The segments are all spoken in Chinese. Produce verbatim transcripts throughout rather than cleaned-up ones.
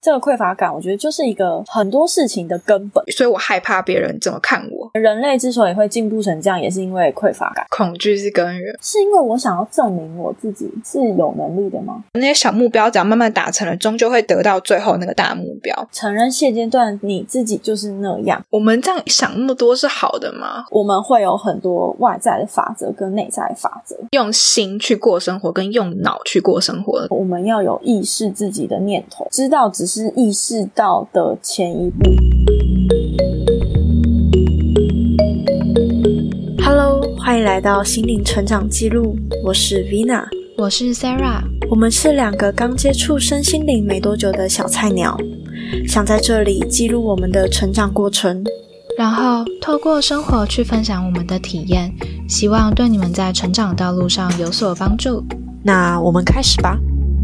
这个匮乏感我觉得就是一个很多事情的根本， 所以我害怕别人怎么看我。 人类之所以会进步成这样也是因为匮乏感， 恐惧是根源。 是因为我想要证明我自己是有能力的吗？ 那些小目标只要慢慢达成了，终究会得到最后那个大目标。 承认现阶段你自己就是那样。 我们这样想那么多是好的吗？ 我们会有很多外在的法则跟内在的法则， 用心去过生活跟用脑去过生活。 我们要有意识自己的念头，知道只是意识到的前一步。Hello， 欢迎来到心灵成长记录，我是 Vina， 我是 Sarah， 我们是两个刚接触身心灵没多久的小菜鸟，想在这里记录我们的成长过程， 然后透过生活去分享我们的体验，希望对你们在成长道路上有所帮助。 那我们开始吧。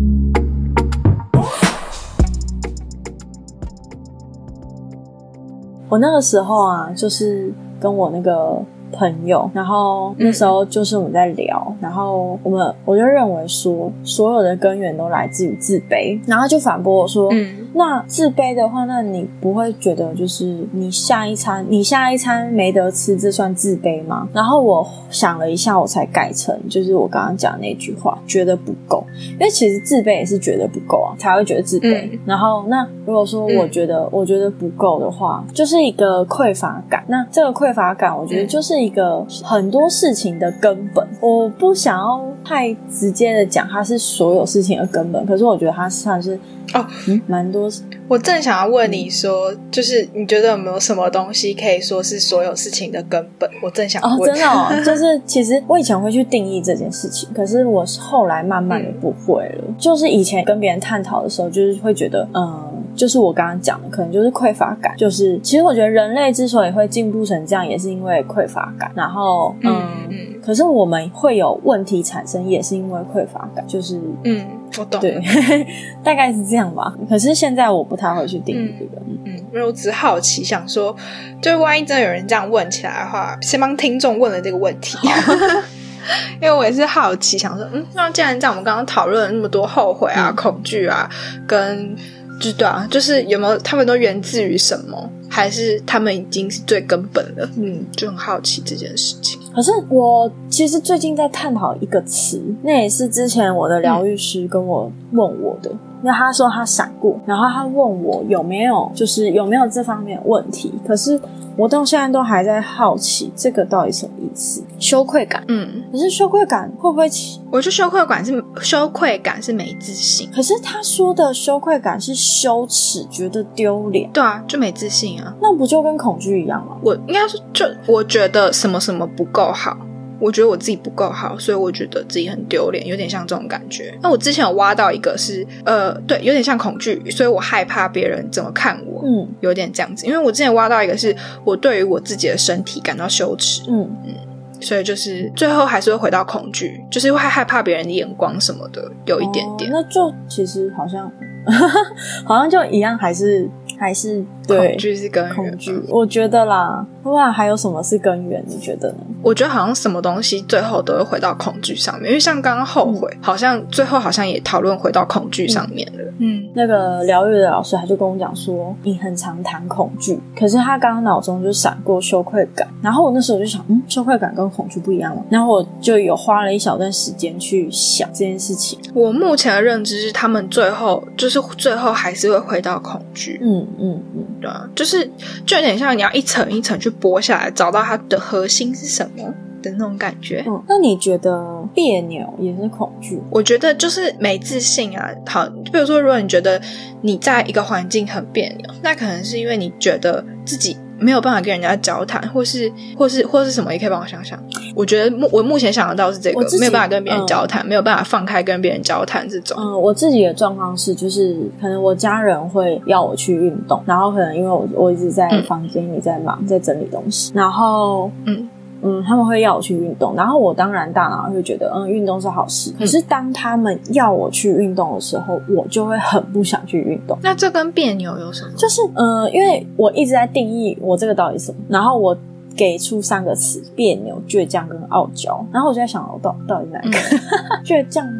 我那个时候啊，就是跟我那个朋友，然后那时候就是我们在聊、嗯、然后我们我就认为说所有的根源都来自于自卑，然后他就反驳我说、嗯、那自卑的话，那你不会觉得就是你下一餐你下一餐没得吃，这算自卑吗？然后我想了一下，我才改成就是我刚刚讲的那句话，觉得不够。因为其实自卑也是觉得不够啊，才会觉得自卑、嗯、然后那如果说我觉得、嗯、我觉得不够的话，就是一个匮乏感。那这个匮乏感我觉得就是一个很多事情的根本，我不想要太直接的讲它是所有事情的根本，可是我觉得它算是哦， 嗯，蛮多。 我正想要问你说，就是你觉得有没有什么东西可以说是所有事情的根本？我正想问。 哦，真的哦，就是其实我以前会去定义这件事情，可是我后来慢慢的不会了、嗯。就是以前跟别人探讨的时候，就是会觉得，嗯，就是我刚刚讲的，可能就是匮乏感。就是其实我觉得人类之所以会进步成这样，也是因为匮乏感。然后，嗯，嗯嗯可是我们会有问题产生，也是因为匮乏感。就是， 嗯。我懂， 对，大概是这样吧。可是现在我不太会去定义这个， 嗯，嗯因为我只好奇想说，就万一真的有人这样问起来的话，先帮听众问了这个问题。因为我也是好奇想说，嗯，那既然这样，我们刚刚讨论了那么多后悔啊、嗯、恐惧啊，跟就对啊，就是有没有他们都源自于什么？还是他们已经是最根本了？嗯，就很好奇这件事情。 可是我其实最近在探讨一个词，那也是之前我的疗愈师跟我问我的，因为他说他闪过，然后他问我有没有就是有没有这方面的问题，可是我到现在都还在好奇这个到底什么意思。羞愧感，嗯，可是羞愧感会不会起？ 我觉得羞愧感是羞愧感是没自信， 可是他说的羞愧感是羞耻，觉得丢脸。 对啊，就没自信啊， 那不就跟恐惧一样吗？ 我应该是就我觉得什么什么不够好，我觉得我自己不够好，所以我觉得自己很丢脸，有点像这种感觉。那我之前有挖到一个是呃对，有点像恐惧，所以我害怕别人怎么看我，嗯，有点这样子。因为我之前挖到一个是我对于我自己的身体感到羞耻，嗯嗯，所以就是最后还是会回到恐惧，就是会害怕别人的眼光什么的，有一点点。 哦、那就其实好像好像就一样，还是还是对恐惧是根源。 恐惧，我觉得啦，不然还有什么是根源？你觉得呢？ 我觉得好像什么东西最后都会回到恐惧上面，因为像刚刚后悔、嗯、好像最后好像也讨论回到恐惧上面了。 嗯，那个疗愈的老师他就跟我讲说，你很常谈恐惧，可是他刚刚脑中就闪过羞愧感，然后我那时候就想，嗯，羞愧感跟恐惧不一样吗？然后我就有花了一小段时间去想这件事情。 我目前的认知是，他们最后就是最后还是会回到恐惧。 嗯嗯嗯， 对啊，就是就有点像你要一层一层去剥下来，找到它的核心是什么的那种感觉。 嗯，那你觉得别扭也是恐惧？ 我觉得就是没自信啊。好，比如说如果你觉得你在一个环境很别扭，那可能是因为你觉得自己没有办法跟人家交谈，或是或是或是什么，也可以帮我想想。我觉得我目前想得到是这个，没有办法跟别人交谈、嗯、没有办法放开跟别人交谈这种。 嗯，我自己的状况是就是可能我家人会要我去运动，然后可能因为我我一直在房间里在忙、嗯、在整理东西，然后嗯嗯，他们会要我去运动，然后我当然大脑会觉得嗯，运动是好事、嗯、可是当他们要我去运动的时候，我就会很不想去运动。 那这跟别扭有什么？ 就是嗯，因为我一直在定义我这个到底是什么，然后我给出三个词：别扭、倔强跟傲娇。然后我就在想，我到到底哪一个？嗯、倔强吗？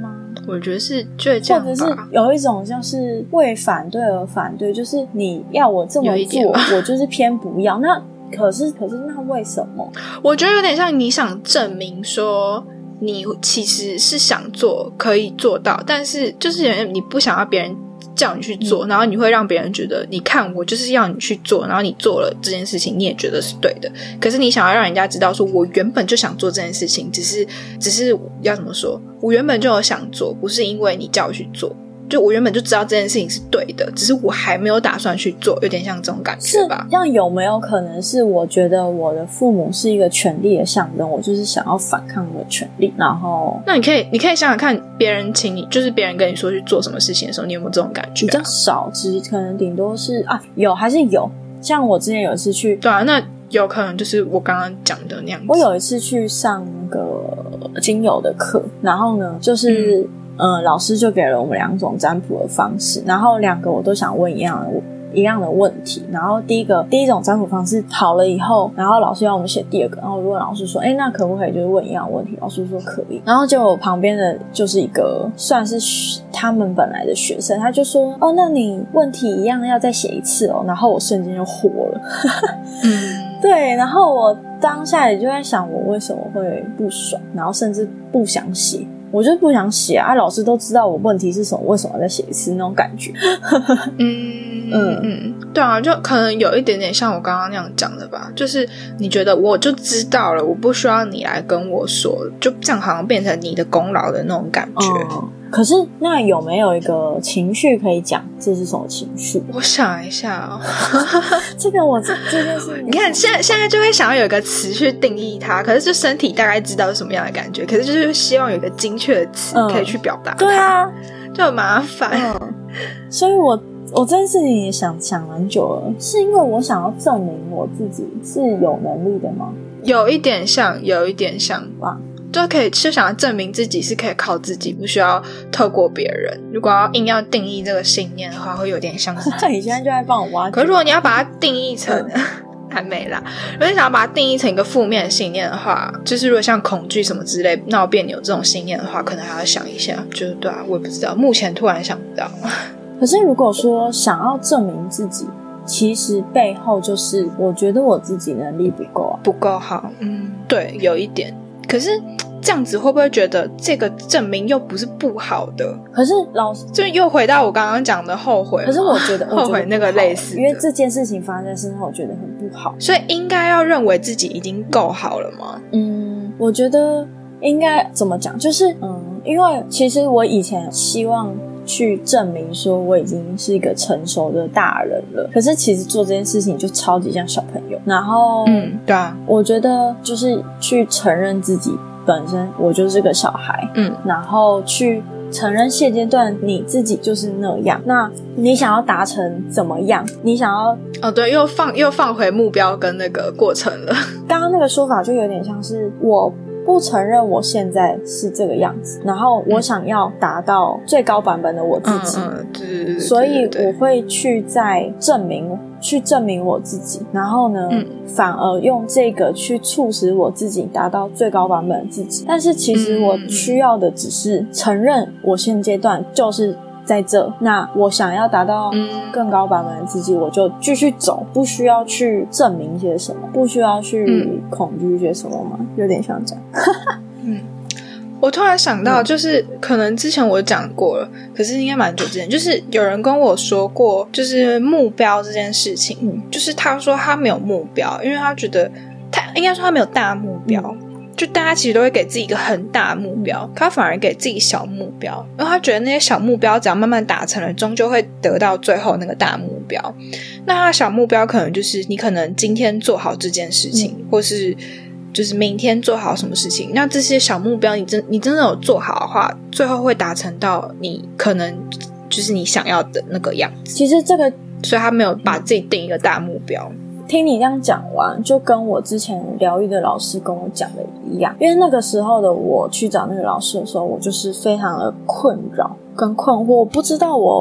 我觉得是就这样吧， 或者是有一种就是为反对而反对，就是你要我这么做，我就是偏不要。那可是可是那为什么？ 我觉得有点像你想证明说你其实是想做可以做到，但是就是你不想要别人叫你去做、嗯、然后你会让别人觉得你看我就是要你去做，然后你做了这件事情你也觉得是对的，可是你想要让人家知道说我原本就想做这件事情，只是只是要怎么说，我原本就有想做，不是因为你叫我去做，就我原本就知道这件事情是对的，只是我还没有打算去做，有点像这种感觉吧。 是，这样有没有可能是我觉得我的父母是一个权力的象征，我就是想要反抗的权力，然后那你可以你可以想想看，别人请你就是别人跟你说去做什么事情的时候，你有没有这种感觉、啊、 比较少，其实可能顶多是啊有还是有，像我之前有一次去， 对啊，那有可能就是我刚刚讲的那样子。 我有一次去上那个精油的课，然后呢就是嗯嗯，老师就给了我们两种占卜的方式，然后两个我都想问一样的一样的问题。然后第一个第一种占卜方式好了以后，然后老师要我们写第二个，然后我就问老师说，诶，那可不可以就是问一样的问题？老师说可以。然后结果旁边的就是一个算是他们本来的学生，他就说，哦，那你问题一样要再写一次哦。然后我瞬间就火了。嗯，对，然后我当下也就在想，我为什么会不爽，然后甚至不想写。我就不想写啊，老师都知道我问题是什么，为什么要再写一次那种感觉。 嗯嗯嗯，对啊，就可能有一点点像我刚刚那样讲的吧，就是你觉得我就知道了，我不需要你来跟我说，就这样好像变成你的功劳的那种感觉。 嗯，可是那有没有一个情绪可以讲这是什么情绪？ 我想一下哦。 这个我这这件事你看现在现在就会想要有一个词去定义它，可是就身体大概知道是什么样的感觉，可是就是希望有一个精确的词可以去表达它、嗯、 对啊， 就很麻烦、 嗯、所以我我这件事情也想想蛮久了，是因为我想要证明我自己是有能力的吗？ 有一点像有一点像吧，就可以就想要证明自己是可以靠自己，不需要透过别人。如果要硬要定义这个信念的话，会有点像是这样。 你现在就在帮我挖掘。 可是如果你要把它定义成、嗯、还没啦，如果你想要把它定义成一个负面的信念的话，就是如果像恐惧什么之类闹别扭这种信念的话，可能还要想一下。就是对啊，我也不知道，目前突然想不到。 可是如果说想要证明自己，其实背后就是我觉得我自己能力不够啊， 不够好。嗯，对，有一点。可是这样子会不会觉得这个证明又不是不好的？ 可是老师就又回到我刚刚讲的后悔。 可是我觉得后悔那个类似的， 因为这件事情发生在身上，我觉得很不好。 所以应该要认为自己已经够好了吗？ 嗯，我觉得应该怎么讲，就是嗯，因为其实我以前希望去证明说我已经是一个成熟的大人了，可是其实做这件事情就超级像小朋友。然后嗯，对啊， 我觉得就是去承认自己本身我就是个小孩， 嗯， 然后去承认现阶段你自己就是那样，那你想要达成怎么样，你想要哦对，又放又放回目标跟那个过程了。 刚刚那个说法就有点像是我不承认我现在是这个样子，然后我想要达到最高版本的我自己， 嗯嗯，对对对， 所以我会去再证明去证明我自己，然后呢、嗯、反而用这个去促使我自己达到最高版本的自己。但是其实我需要的只是承认我现阶段就是在这，那我想要达到更高版本的自己、嗯、我就继续走，不需要去证明些什么，不需要去恐惧些什么吗？有点像这样。 嗯，我突然想到，就是可能之前我讲过了，可是应该蛮久之前，就是有人跟我说过，就是目标这件事情、嗯、就是他说他没有目标，因为他觉得他应该说他没有大目标、嗯，就大家其实都会给自己一个很大的目标，他反而给自己小目标，因为他觉得那些小目标只要慢慢达成了，终究会得到最后那个大目标。那他的小目标可能就是你可能今天做好这件事情、嗯、或是就是明天做好什么事情，那这些小目标你真你真的有做好的话，最后会达成到你可能就是你想要的那个样子。 其实这个所以他没有把自己定一个大目标。 听你这样讲完，就跟我之前疗愈的老师跟我讲的一样，因为那个时候的我去找那个老师的时候，我就是非常的困扰跟困惑，我不知道我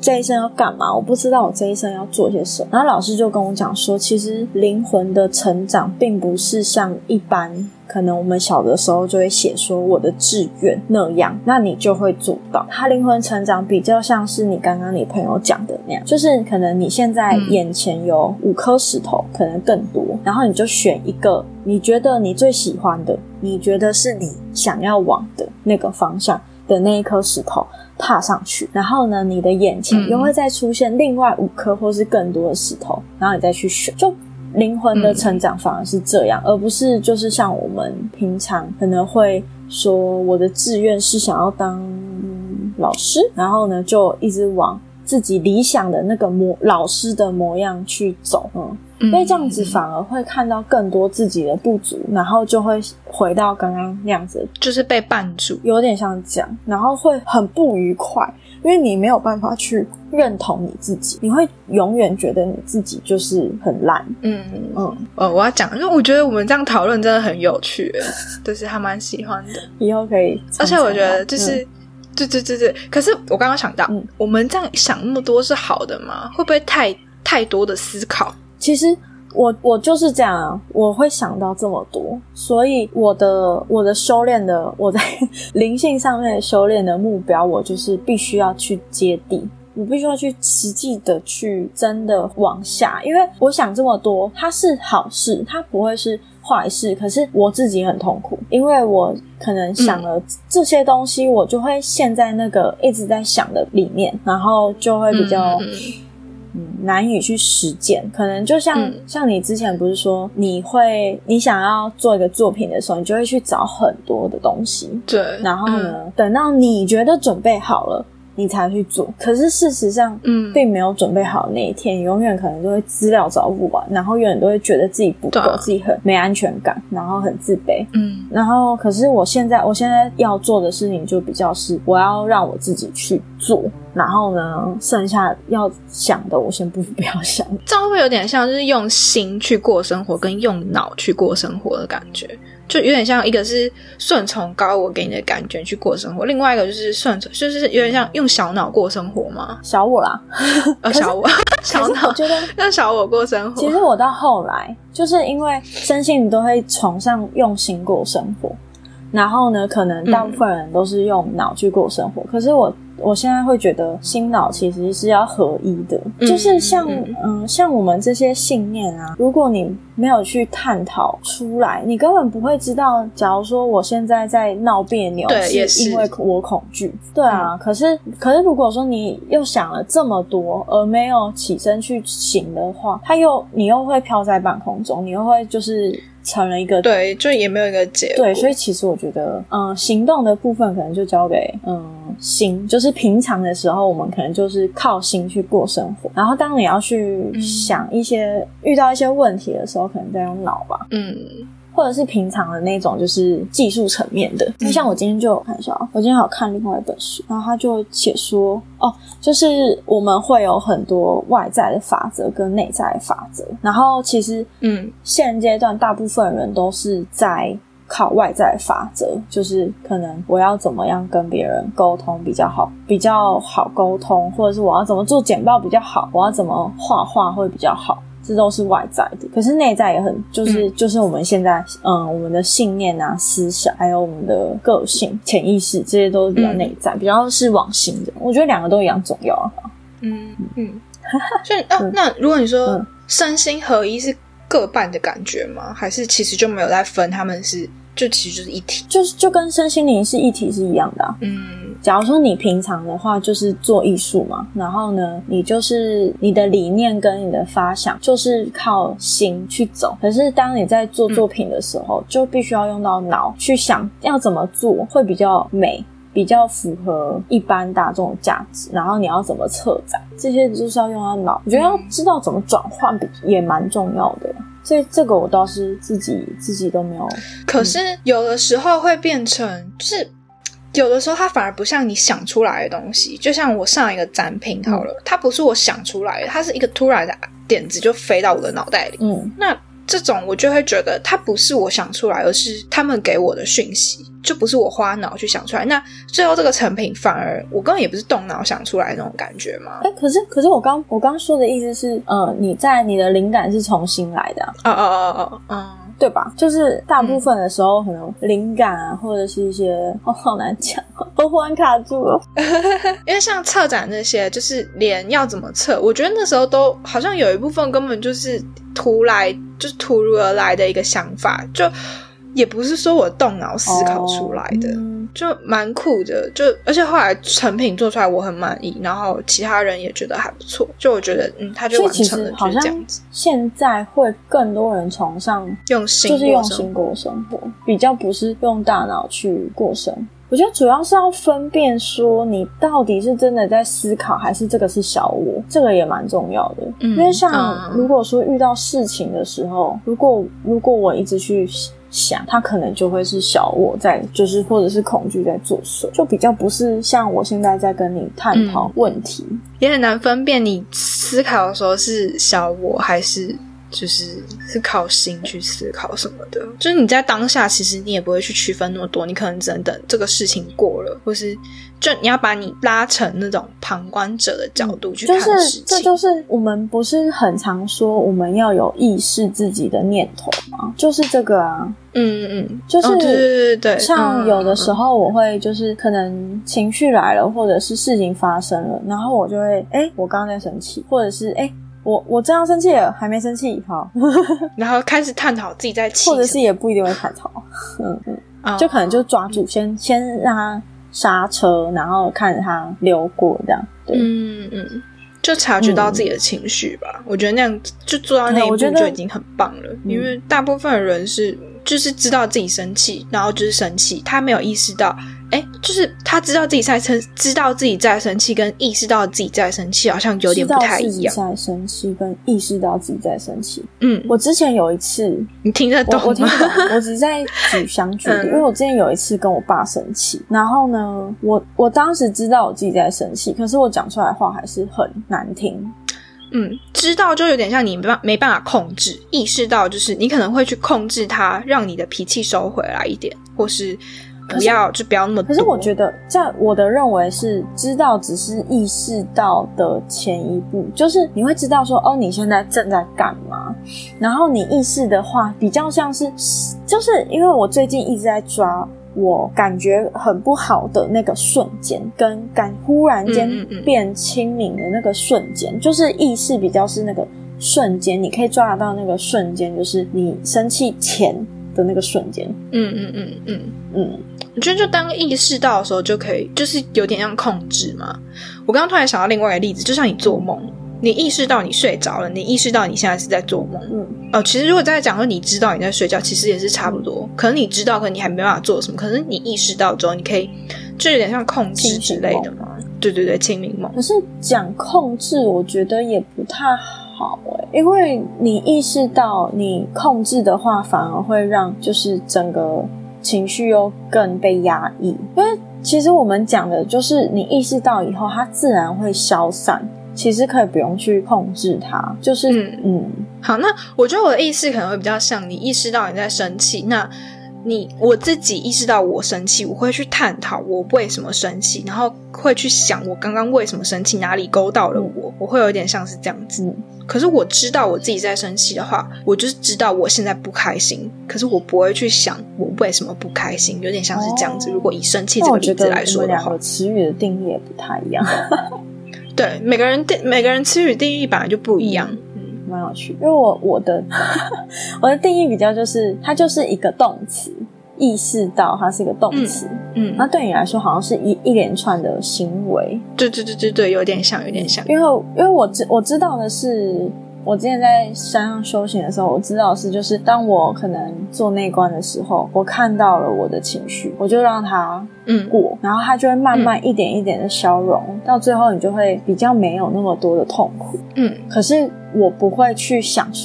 这一生要干嘛，我不知道我这一生要做些什么。然后老师就跟我讲说，其实灵魂的成长并不是像一般可能我们小的时候就会写说我的志愿那样，那你就会做到。他灵魂成长比较像是你刚刚你朋友讲的那样，就是可能你现在眼前有五颗石头，可能更多，然后你就选一个你觉得你最喜欢的，你觉得是你想要往的那个方向的那一颗石头踏上去，然后呢你的眼前又会再出现另外五颗或是更多的石头，然后你再去选。就灵魂的成长反而是这样、嗯、而不是就是像我们平常可能会说我的志愿是想要当老师，然后呢就一直往自己理想的那个模老师的模样去走。嗯，因为这样子反而会看到更多自己的不足，然后就会回到刚刚那样子， 就是被绊住， 有点像这样，然后会很不愉快，因为你没有办法去认同你自己，你会永远觉得你自己就是很烂。 嗯嗯，哦，我要讲，因为我觉得我们这样讨论真的很有趣，就是还蛮喜欢的， 以后可以常常。 而且我觉得就是。嗯对对对对，可是我刚刚想到、嗯、我们这样想那么多是好的吗？会不会太太多的思考？ 其实我我就是这样啊，我会想到这么多，所以我的我的修炼的我在灵性上面的修炼的目标，我就是必须要去接地，我必须要去实际的去真的往下，因为我想这么多它是好事，它不会是坏事，可是我自己很痛苦，因为我可能想了这些东西、嗯、我就会陷在那个一直在想的里面，然后就会比较嗯嗯难以去实践。可能就像、嗯、像你之前不是说你会你想要做一个作品的时候，你就会去找很多的东西， 对， 然后呢、嗯、等到你觉得准备好了你才去做，可是事实上嗯，并没有准备好的那一天，你永远可能都会资料找不完，然后永远都会觉得自己不够、啊、自己很没安全感，然后很自卑。嗯，然后可是我现在我现在要做的事情就比较是我要让我自己去做，然后呢剩下要想的我先不不要想。 这样会不会有点像就是用心去过生活跟用脑去过生活的感觉？就有点像一个是顺从高我给你的感觉去过生活，另外一个就是顺从，就是有点像用小脑过生活吗？ 小我啦呃，小我小脑，我觉得让小我过生活。 其实我到后来就是因为身心你都会崇尚用心过生活，然后呢可能大部分人都是用脑去过生活、嗯、可是我我现在会觉得心脑其实是要合一的、嗯、就是像嗯、呃，像我们这些信念啊，如果你没有去探讨出来，你根本不会知道假如说我现在在闹别扭是因为我恐惧，对啊、嗯、可是可是如果说你又想了这么多而没有起身去行的话，它又你又会飘在半空中，你又会就是成了一个对，就也没有一个结果。 对，所以其实我觉得嗯，行动的部分可能就交给嗯心，就是平常的时候我们可能就是靠心去过生活，然后当你要去想一些、嗯、遇到一些问题的时候可能再用脑吧，嗯，或者是平常的那种就是技术层面的、嗯、像我今天就有看一下，我今天还有看另外一本书，然后他就写说哦，就是我们会有很多外在的法则跟内在的法则，然后其实嗯，现阶段大部分人都是在靠外在法则，就是可能我要怎么样跟别人沟通比较好比较好沟通，或者是我要怎么做简报比较好，我要怎么画画会比较好，这都是外在的。可是内在也很就是、嗯、就是我们现在嗯我们的信念啊思想还有我们的个性潜意识，这些都是比较内在、嗯、比较是往心的，我觉得两个都一样重要啊。嗯嗯所以啊、嗯、那如果你说、嗯、身心合一是各半的感觉吗？还是其实就没有在分他们是就其实就是一体， 就是就跟身心灵是一体是一样的啊。嗯，假如说你平常的话就是做艺术嘛，然后呢你就是你的理念跟你的发想就是靠心去走，可是当你在做作品的时候、嗯、就必须要用到脑去想要怎么做会比较美，比较符合一般大众的价值，然后你要怎么策展，这些就是要用到脑。我觉得要知道怎么转换也蛮重要的，所以这个我倒是自己自己都没有。 可是有的时候会变成就是有的时候它反而不像你想出来的东西，就像我上一个展品好了、嗯、它不是我想出来的，它是一个突然的点子就飞到我的脑袋里。嗯，那这种我就会觉得它不是我想出来，而是他们给我的讯息， 就不是我花脑去想出来，那最后这个成品反而我根本也不是动脑想出来那种感觉嘛。 哎、欸，可是可是我刚我刚说的意思是，呃，你在你的灵感是从心来的、啊， 哦哦哦哦，嗯。 对吧？就是大部分的时候，可能灵感啊，或者是一些哦，好难讲，我忽然卡住了。 因为像策展那些，就是连要怎么策，我觉得那时候都好像有一部分根本就是突来，就是突如而来的一个想法，就也不是说我动脑思考出来的。哦嗯，就蛮酷的，就而且后来成品做出来我很满意，然后其他人也觉得还不错，就我觉得嗯，他就完成了，就是这样子。 现在会更多人崇尚用心， 就是用心过生活，比较不是用大脑去过生活。我觉得主要是要分辨说你到底是真的在思考，还是这个是小我，这个也蛮重要的。嗯，因为像如果说遇到事情的时候，如果如果我一直去想，他可能就会是小我在，就是或者是恐惧在作祟，就比较不是像我现在在跟你探讨问题、嗯、 也很难分辨你思考的时候是小我还是就是是靠心去思考什么的，就是你在当下其实你也不会去区分那么多，你可能只能等这个事情过了，或是就你要把你拉成那种旁观者的角度去看事情、 就是、这就是我们不是很常说我们要有意识自己的念头吗？就是这个啊， 嗯嗯， 就是、 哦、对对对对， 像有的时候我会就是可能情绪来了，或者是事情发生了，然后我就会诶我刚刚在生气，或者是诶我我这样生气了，还没生气，好， 然后开始探讨自己在气， 或者是也不一定会探讨，嗯嗯、哦，就可能就抓住，先先让他刹车，然后看着他流过，这样，对， 嗯嗯，就察觉到自己的情绪吧、嗯。我觉得那样就做到那一步就已经很棒了，因为大部分的人是就是知道自己生气，然后就是生气，他没有意识到。哎，就是他知道自己在生，知道自己在生气，跟意识到自己在生气，好像有点不太一样。 知道自己在生气，跟意识到自己在生气。 嗯， 我之前有一次， 你听得懂吗？ 我, 我听得懂，我只是在举想举例、嗯，因为我之前有一次跟我爸生气，然后呢，我我当时知道我自己在生气，可是我讲出来的话还是很难听。 嗯，知道就有点像你没办没办法控制，意识到就是你可能会去控制它，让你的脾气收回来一点，或是。不要就不要那么多。 可是我觉得在我的认为是知道只是意识到的前一步，就是你会知道说哦你现在正在干嘛，然后你意识的话比较像是就是因为我最近一直在抓我感觉很不好的那个瞬间跟感忽然间变清明的那个瞬间、嗯嗯嗯、就是意识比较是那个瞬间，你可以抓得到那个瞬间，就是你生气前的那个瞬间。 嗯嗯嗯嗯嗯，我觉得就当意识到的时候就可以，就是有点像控制嘛。我刚刚突然想到另外一个例子，就像你做梦，你意识到你睡着了，你意识到你现在是在做梦。嗯，哦，其实如果在讲说你知道你在睡觉，其实也是差不多。可能你知道，可能你还没办法做什么，可是你意识到之后，你可以就有点像控制之类的嘛。对对对，清明梦。 可是讲控制，我觉得也不太好欸，因为你意识到你控制的话，反而会让就是整个情绪又更被压抑。因为其实我们讲的就是你意识到以后，它自然会消散。其实可以不用去控制它，就是嗯嗯。 好，那我觉得我的意识可能会比较像你意识到你在生气，那你我自己意识到我生气，我会去探讨我为什么生气，然后会去想我刚刚为什么生气，哪里勾到了我，嗯、我会有点像是这样子。嗯、可是我知道我自己在生气的话，我就是知道我现在不开心，可是我不会去想我为什么不开心，有点像是这样子。哦、如果以生气这个例子来说的话，我觉得我们两个词语的定义也不太一样。 对，每个人每个人词语定义本来就不一样。 嗯，蛮有趣，因为我我的我的定义比较就是它就是一个动词，意识到它是一个动词。嗯，那对你来说好像是一一连串的行为。 对对对对对，有点像有点像。 因为因为我知我知道的是，我之前在山上修行的时候，我知道的是就是当我可能做内观的时候，我看到了我的情绪，我就让它嗯过，然后它就会慢慢一点一点的消融，嗯、到最后你就会比较没有那么多的痛苦。嗯，可是我不会去想说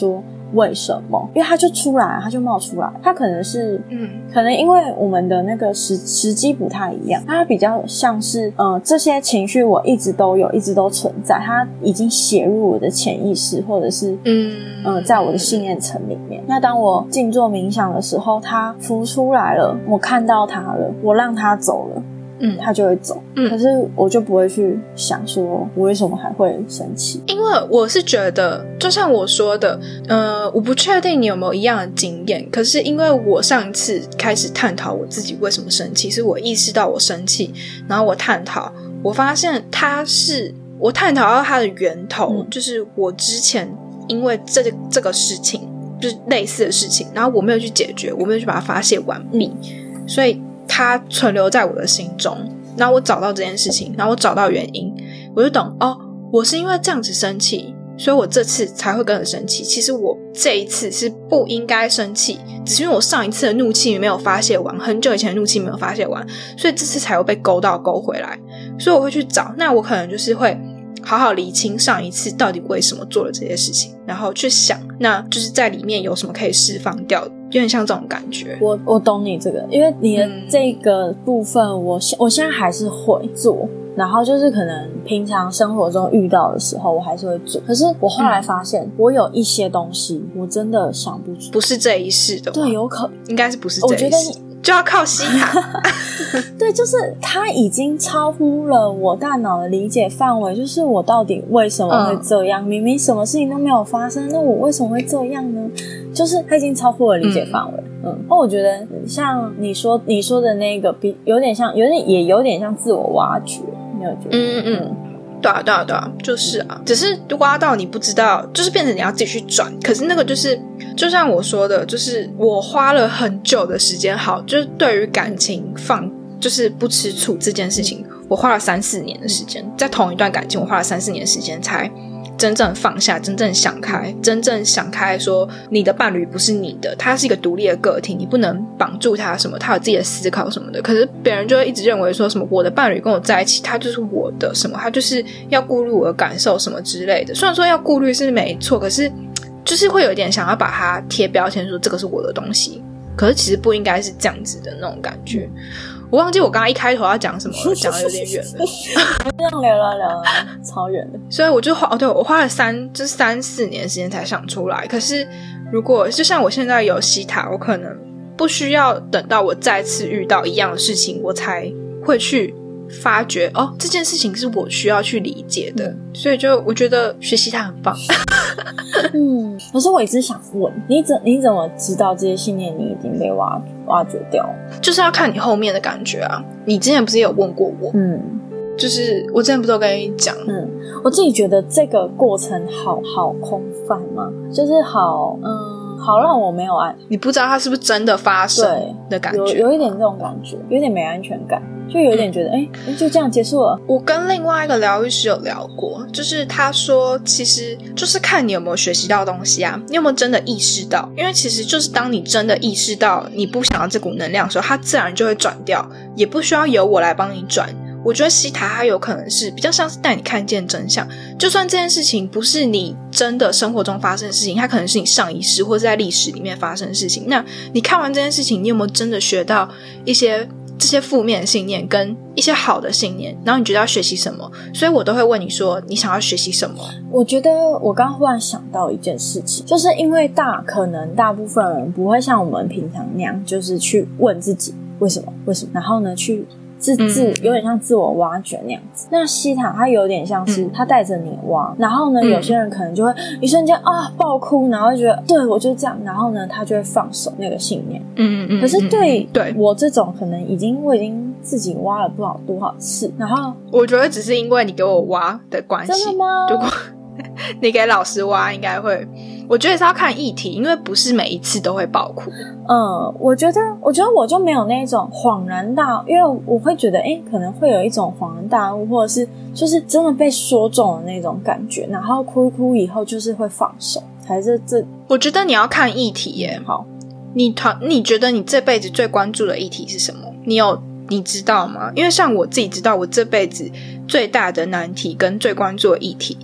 为什么，因为它就出来，它就冒出来，它可能是， 嗯， 可能因为我们的那个时时机不太一样，它比较像是，呃，这些情绪我一直都有，一直都存在，它已经写入我的潜意识，或者是，嗯，呃，在我的信念层里面。那当我静坐冥想的时候，它浮出来了，我看到它了，我让它走了。嗯，他就会走、嗯、可是我就不会去想说我为什么还会生气， 因为我是觉得就像我说的呃，我不确定你有没有一样的经验，可是因为我上一次开始探讨我自己为什么生气，是我意识到我生气，然后我探讨，我发现它是我探讨到它的源头、嗯、就是我之前因为这个这个事情就是类似的事情，然后我没有去解决，我没有去把它发泄完毕、嗯、所以它存留在我的心中，然后我找到这件事情，然后我找到原因，我就懂哦，我是因为这样子生气，所以我这次才会跟着生气。其实我这一次是不应该生气，只是因为我上一次的怒气没有发泄完，很久以前的怒气没有发泄完，所以这次才会被勾到勾回来。所以我会去找，那我可能就是会好好厘清上一次到底为什么做了这些事情，然后去想那就是在里面有什么可以释放掉的，有点像这种感觉。 我我懂你这个，因为你的这个部分我、嗯、我现在还是会做，然后就是可能平常生活中遇到的时候我还是会做，可是我后来发现、嗯、我有一些东西我真的想不出， 不是这一世的。 对，有可应该是不是这一世， 我觉得你就要靠西塔对，就是它已经超乎了我大脑的理解范围，就是我到底为什么会这样、嗯、明明什么事情都没有发生，那我为什么会这样呢？就是它已经超乎我的理解范围。嗯，那、嗯、我觉得像你说你说的那个比有点像有点也有点像自我挖掘，你有觉得？ 嗯嗯嗯，对啊对啊对啊，就是啊，只是挖到你不知道，就是变成你要自己去转，可是那个就是就像我说的，就是我花了很久的时间，好，就是对于感情放就是不吃醋这件事情，我花了三四年的时间，在同一段感情我花了三四年的时间才真正放下，真正想开，真正想开说你的伴侣不是你的，他是一个独立的个体，你不能绑住他什么，他有自己的思考什么的。可是别人就会一直认为说什么我的伴侣跟我在一起他就是我的什么，他就是要顾虑我的感受什么之类的。虽然说要顾虑是没错，可是就是会有一点想要把它贴标签说这个是我的东西，可是其实不应该是这样子的那种感觉。我忘记我刚刚一开头要讲什么了，讲得有点远了。 这样聊聊聊超远的， 所以我就花哦，对，我花了三就是三四年的时间才想出来。可是如果就像我现在有西塔，我可能不需要等到我再次遇到一样的事情，我才会去发觉哦，这件事情是我需要去理解的。所以就我觉得学西塔很棒。 嗯，可是我一直想问你怎你怎么知道这些信念你已经被挖挖掘掉了？ 就是要看你后面的感觉啊。你之前不是也有问过我？嗯，就是我之前不是都跟你讲， 嗯，我自己觉得这个过程好好空泛吗？就是好，嗯，好让我没有安， 你不知道它是不是真的发生的感觉， 有有一点这种感觉，有点没安全感。就有点觉得哎、嗯欸，就这样结束了。 我跟另外一个疗愈师有聊过，就是他说其实就是看你有没有学习到东西啊，你有没有真的意识到，因为其实就是当你真的意识到你不想要这股能量的时候，它自然就会转掉，也不需要由我来帮你转。我觉得西塔它有可能是比较像是带你看见真相，就算这件事情不是你真的生活中发生的事情，它可能是你上一世或是在历史里面发生的事情，那你看完这件事情，你有没有真的学到一些这些负面的信念跟一些好的信念，然后你觉得要学习什么？所以我都会问你说你想要学习什么。 我觉得我刚忽然想到一件事情，就是因为大可能大部分人不会像我们平常那样就是去问自己为什么为什么，然后呢去自自有点像自我挖掘那样子。那西塔它有点像是它带着你挖、嗯、然后呢有些人可能就会一瞬间啊爆哭，然后觉得对我就这样，然后呢他就会放手那个信念。嗯嗯。可是对对我这种可能已经我已经自己挖了不好多少次，然后我觉得只是因为你给我挖的关系。 真的吗？ 如果你给老师挖应该会，我觉得是要看议题，因为不是每一次都会爆哭。 嗯，我觉得我觉得我就没有那种恍然大悟，因为我会觉得诶可能会有一种恍然大悟，或者是就是真的被说中的那种感觉，然后哭一哭以后就是会放手，还是这我觉得你要看议题耶。 好， 你你觉得你这辈子最关注的议题是什么？你有你知道吗？因为像我自己知道我这辈子最大的难题跟最关注的议题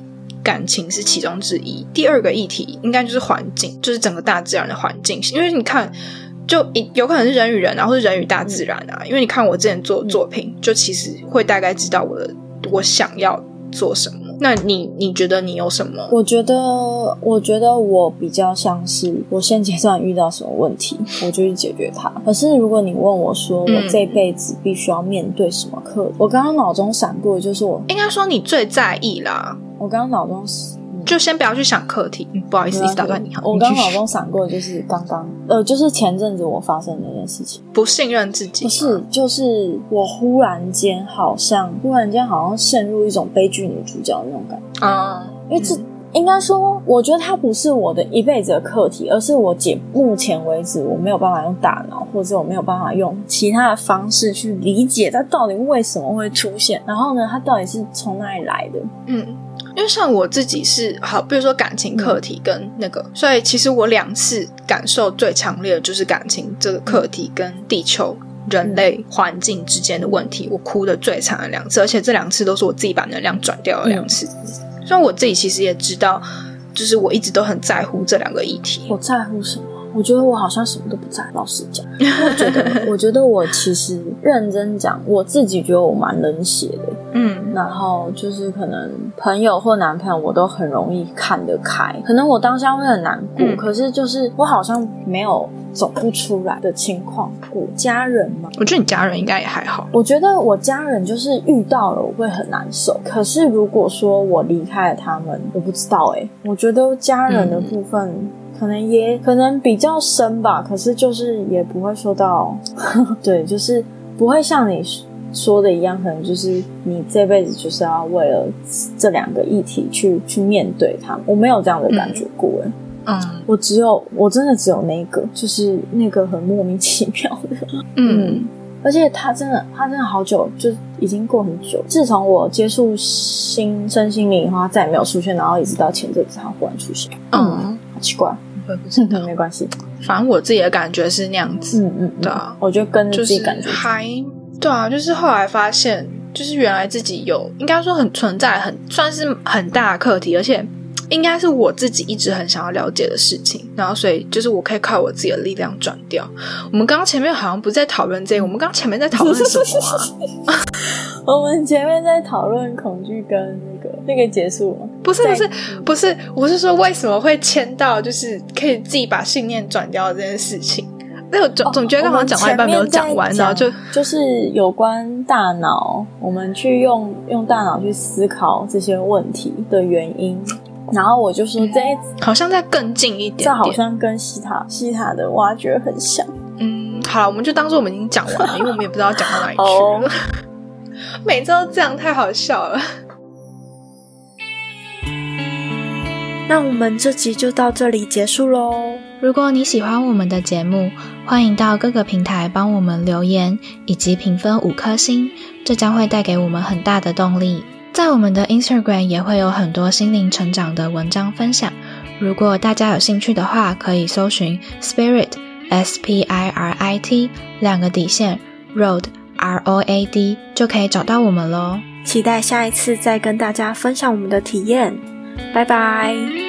感情是其中之一。第二个议题应该就是环境，就是整个大自然的环境，因为你看就有可能是人与人啊，或是人与大自然啊，因为你看我之前做的作品、嗯、就其实会大概知道我的我想要做什么。那你你觉得你有什么？ 我觉得我觉得我比较像是我现阶段遇到什么问题我就去解决它。可是如果你问我说我这辈子必须要面对什么课、嗯、我刚刚脑中闪过的就是我应该说你最在意啦。 我刚刚脑中就先不要去想课题、嗯、不好意思一直打断你。 我刚脑中闪过的就是刚刚呃，就是前阵子我发生的那件事情。 不信任自己？ 不是，就是我忽然间好像忽然间好像陷入一种悲剧女主角的那种感觉啊、嗯，因为这、嗯、应该说我觉得它不是我的一辈子的课题，而是我解目前为止我没有办法用大脑，或者我没有办法用其他的方式去理解它到底为什么会出现，然后呢它到底是从哪里来的。 嗯，因为像我自己是好，比如说感情课题跟那个、嗯、所以其实我两次感受最强烈的就是感情这个课题跟地球人类环境之间的问题，我哭的最惨的两次，而且这两次都是我自己把能量转掉的两次、嗯、虽然我自己其实也知道就是我一直都很在乎这两个议题。 我在乎什么？我觉得我好像什么都不在，老实讲。我觉得我觉得我其实认真讲我自己觉得我蛮冷血的，嗯，然后就是可能朋友或男朋友我都很容易看得开，可能我当下会很难过、嗯、可是就是我好像没有走不出来的情况过。家人嘛， 我觉得你家人应该也还好。 我觉得我家人就是遇到了我会很难受，可是如果说我离开了他们，我不知道欸，我觉得家人的部分、嗯可能也可能比较深吧，可是就是也不会说到对，就是不会像你说的一样，可能就是你这辈子就是要为了这两个议题去去面对它们。我没有这样的感觉过耶。嗯，我只有我真的只有那个，就是那个很莫名其妙的嗯, 嗯而且他真的他真的好久，就已经过很久，自从我接触新身心灵以后他再也没有出现，然后一直到前阵子他忽然出现。嗯，嗯好奇怪。没关系， 反正我自己的感觉是那样子。嗯嗯，对啊， 我觉得跟自己感觉、 就是、还对啊，就是后来发现，就是原来自己有应该说很存在很算是很大的课题，而且应该是我自己一直很想要了解的事情，然后所以就是我可以靠我自己的力量转掉。我们刚刚前面好像不是在讨论这个，我们刚刚前面在讨论什么啊？ 我们前面在讨论恐惧跟那个那个结束吗？ 不是不是不是，我是说为什么会牵到就是可以自己把信念转掉这件事情。那我总、哦、总觉得好像讲完一半没有讲完，然后就就是有关大脑，我们去用用大脑去思考这些问题的原因。然后我就说这一好像再更近一点点， 这好像跟西塔西塔的挖掘很像。 嗯，好了，我们就当作我们已经讲完了，因为我们也不知道讲到哪里去了。哦、每周这样太好笑了。 那我们这集就到这里结束咯。如果你喜欢我们的节目，欢迎到各个平台帮我们留言以及评分五颗星，这将会带给我们很大的动力。在我们的 Instagram 也会有很多心灵成长的文章分享，如果大家有兴趣的话，可以搜寻 Spirit S P I R I T 两个底线 Road R O A D 就可以找到我们咯。期待下一次再跟大家分享我们的体验，拜拜。